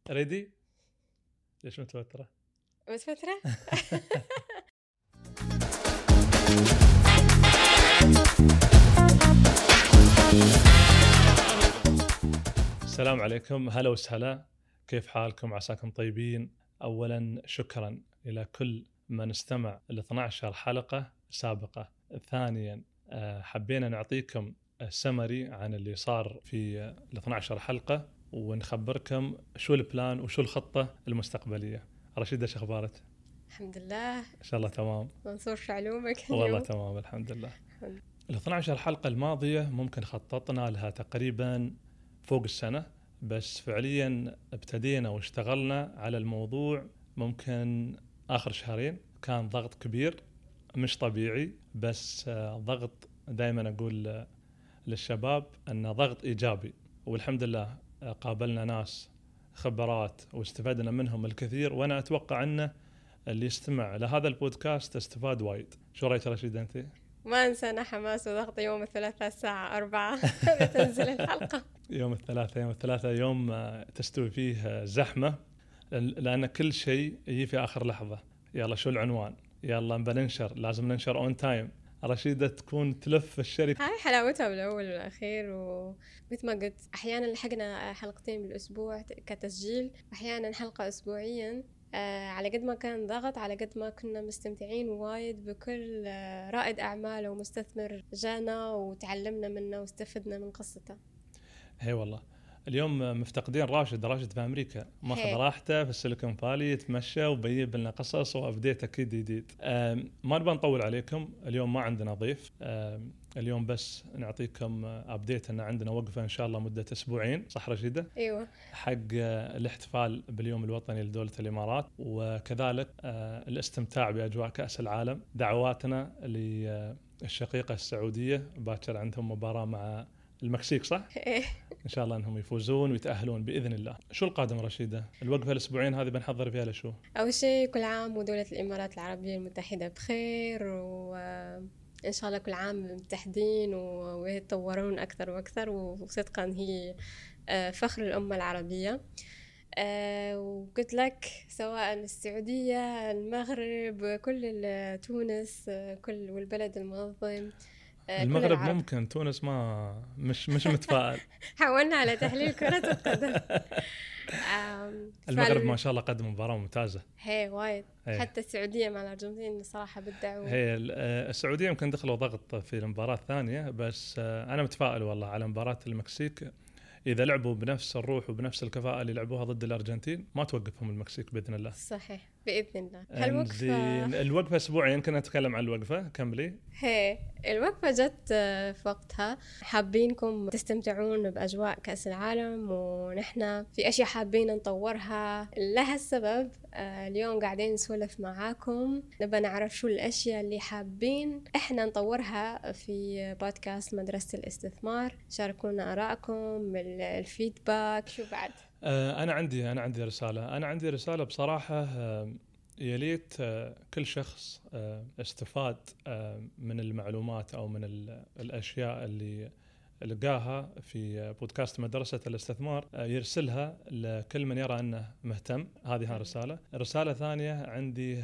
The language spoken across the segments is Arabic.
ريدي؟ ليش متوترة؟ متوترة؟ السلام عليكم، هلا وسهلا، كيف حالكم؟ عساكم طيبين. أولا شكرا إلى كل من استمع ل 12 حلقة سابقة. ثانيا حبينا نعطيكم سمري عن اللي صار في ال 12 حلقة ونخبركم شو البلان وشو الخطة المستقبلية. رشيدة شو أخبارك؟ الحمد لله. إن شاء الله تمام. منصور شو علومك؟ والله تمام الحمد لله. ال 12 حلقة الماضية ممكن خططنا لها تقريبا فوق السنة، بس فعليا ابتدينا واشتغلنا على الموضوع ممكن آخر شهرين. كان ضغط كبير مش طبيعي، بس ضغط دائما أقول للشباب أنه ضغط إيجابي، والحمد لله قابلنا ناس خبرات واستفدنا منهم الكثير، وأنا أتوقع أنه اللي يستمع لهذا البودكاست استفاد وايد. شو رأيك رشيد أنت؟ ما انسانا حماس وضغط يوم الثلاثاء الساعة 4 بتنزل الحلقة. يوم الثلاثاء يوم تستوي فيه زحمة، لأن كل شيء يجي في آخر لحظة. يلا شو العنوان؟ يلا بننشر، لازم ننشر اون تايم. رشيدة تكون تلف الشركة. هاي حلاوتها بالأول والأخير، ومثل ما قلت أحيانا لحقنا حلقتين بالأسبوع كتسجيل، أحيانا حلقة أسبوعيا. على قد ما كان ضغط، على قد ما كنا مستمتعين وايد بكل رائد أعمال ومستثمر جانا وتعلمنا منه واستفدنا من قصته. هي والله اليوم مفتقدين راشد في أمريكا، ماخذ راحته في السيليكون فالي، يتمشى وبيجيب لنا قصص وأبديت أكيد جديد. ما نبغى نطول عليكم اليوم، ما عندنا ضيف اليوم، بس نعطيكم أبديت أن عندنا وقفة إن شاء الله مدة أسبوعين، صح رشيدة؟ أيوة. حق الاحتفال باليوم الوطني لدولة الإمارات، وكذلك الاستمتاع بأجواء كأس العالم. دعواتنا للشقيقة السعودية، باكر عندهم مباراة مع المكسيك صح؟ إن شاء الله أنهم يفوزون ويتأهلون بإذن الله. شو القادم رشيدة؟ الوقفة الأسبوعين هذه بنحضر فيها لشو؟ أول شيء كل عام ودولة الإمارات العربية المتحدة بخير، وإن شاء الله كل عام متحدين ويتطورون أكثر وأكثر، وصدقا هي فخر الأمة العربية. وقلت لك سواء السعودية، المغرب، كل تونس، كل والبلد المنظم. المغرب ممكن، تونس ما مش متفائل. حاولنا على تحليل كرة القدم. المغرب ما شاء الله قدم مباراة ممتازة. هي وايد. حتى السعودية مع الأرجنتين صراحة بدعوا. هي السعودية يمكن دخلوا ضغط في المباراة الثانية، بس أنا متفائل والله على مباراة المكسيك. إذا لعبوا بنفس الروح وبنفس الكفاءة اللي لعبوها ضد الأرجنتين ما توقفهم المكسيك بإذن الله. صحيح بإذن الله. الوقفة أسبوعين، يمكن نتكلم عن الوقفة. كملي. هي الوقفة جت في وقتها. حابينكم تستمتعون بأجواء كأس العالم، ونحن في أشياء حابين نطورها. لها السبب اليوم قاعدين نسولف معاكم، نبى نعرف شو الأشياء اللي حابين إحنا نطورها في بودكاست مدرسة الاستثمار. شاركونا آراءكم، الفيدباك. شو بعد؟ أنا عندي رسالة بصراحة. يليت كل شخص استفاد من المعلومات أو من الأشياء اللي لقاها في بودكاست مدرسة الاستثمار يرسلها لكل من يرى أنه مهتم. هذه رسالة. رسالة ثانية عندي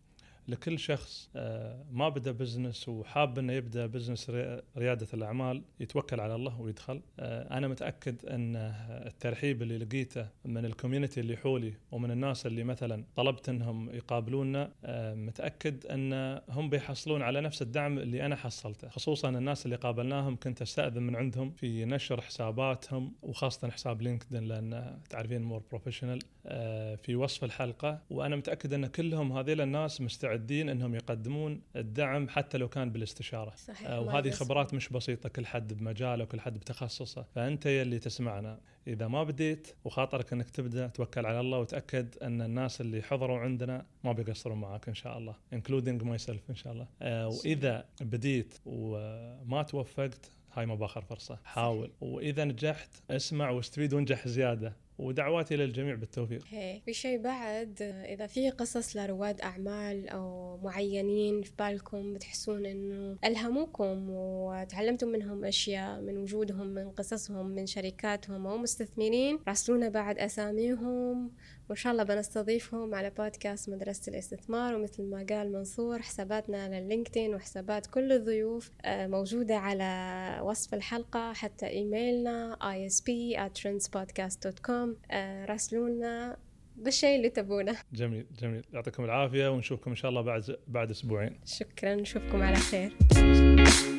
لكل شخص ما بدأ بزنس وحاب أنه يبدأ بزنس ريادة الأعمال، يتوكل على الله ويدخل. أنا متأكد أن الترحيب اللي لقيته من الكوميونتي اللي حولي ومن الناس اللي مثلا طلبت أنهم يقابلونا، متأكد أن هم بيحصلون على نفس الدعم اللي أنا حصلته. خصوصا الناس اللي قابلناهم كنت أستأذن من عندهم في نشر حساباتهم، وخاصة حساب لينكدين لأن تعرفين مور بروفيشنال في وصف الحلقة. وأنا متأكد أن كلهم هذيل الناس مستعدين أنهم يقدمون الدعم حتى لو كان بالاستشارة. وهذه خبرات مش بسيطة، كل حد بمجاله وكل حد بتخصصه. فأنت يلي تسمعنا إذا ما بديت وخاطرك أنك تبدأ، توكل على الله وتأكد أن الناس اللي حضروا عندنا ما بيقصرون معاك إن شاء الله، including myself إن شاء الله. وإذا بديت وما توفقت، هاي ما باخر فرصة، حاول. وإذا نجحت اسمع واستفيد وانجح زيادة، ودعواتي للجميع بالتوفيق. في شيء بعد، إذا في قصص لرواد أعمال أو معينين في بالكم بتحسون إنه ألهموكم وتعلمتم منهم أشياء من وجودهم، من قصصهم، من شركاتهم أو مستثمرين، راسلونا بعد أساميهم وإن شاء الله بنستضيفهم على بودكاست مدرسة الاستثمار. ومثل ما قال منصور، حساباتنا لللينكدين وحسابات كل الضيوف موجودة على وصف الحلقة، حتى إيميلنا isp@trendspodcast.com. راسلونا بالشيء اللي تبونه. جميل جميل، يعطيكم العافية ونشوفكم إن شاء الله بعد أسبوعين. شكرا، نشوفكم على خير.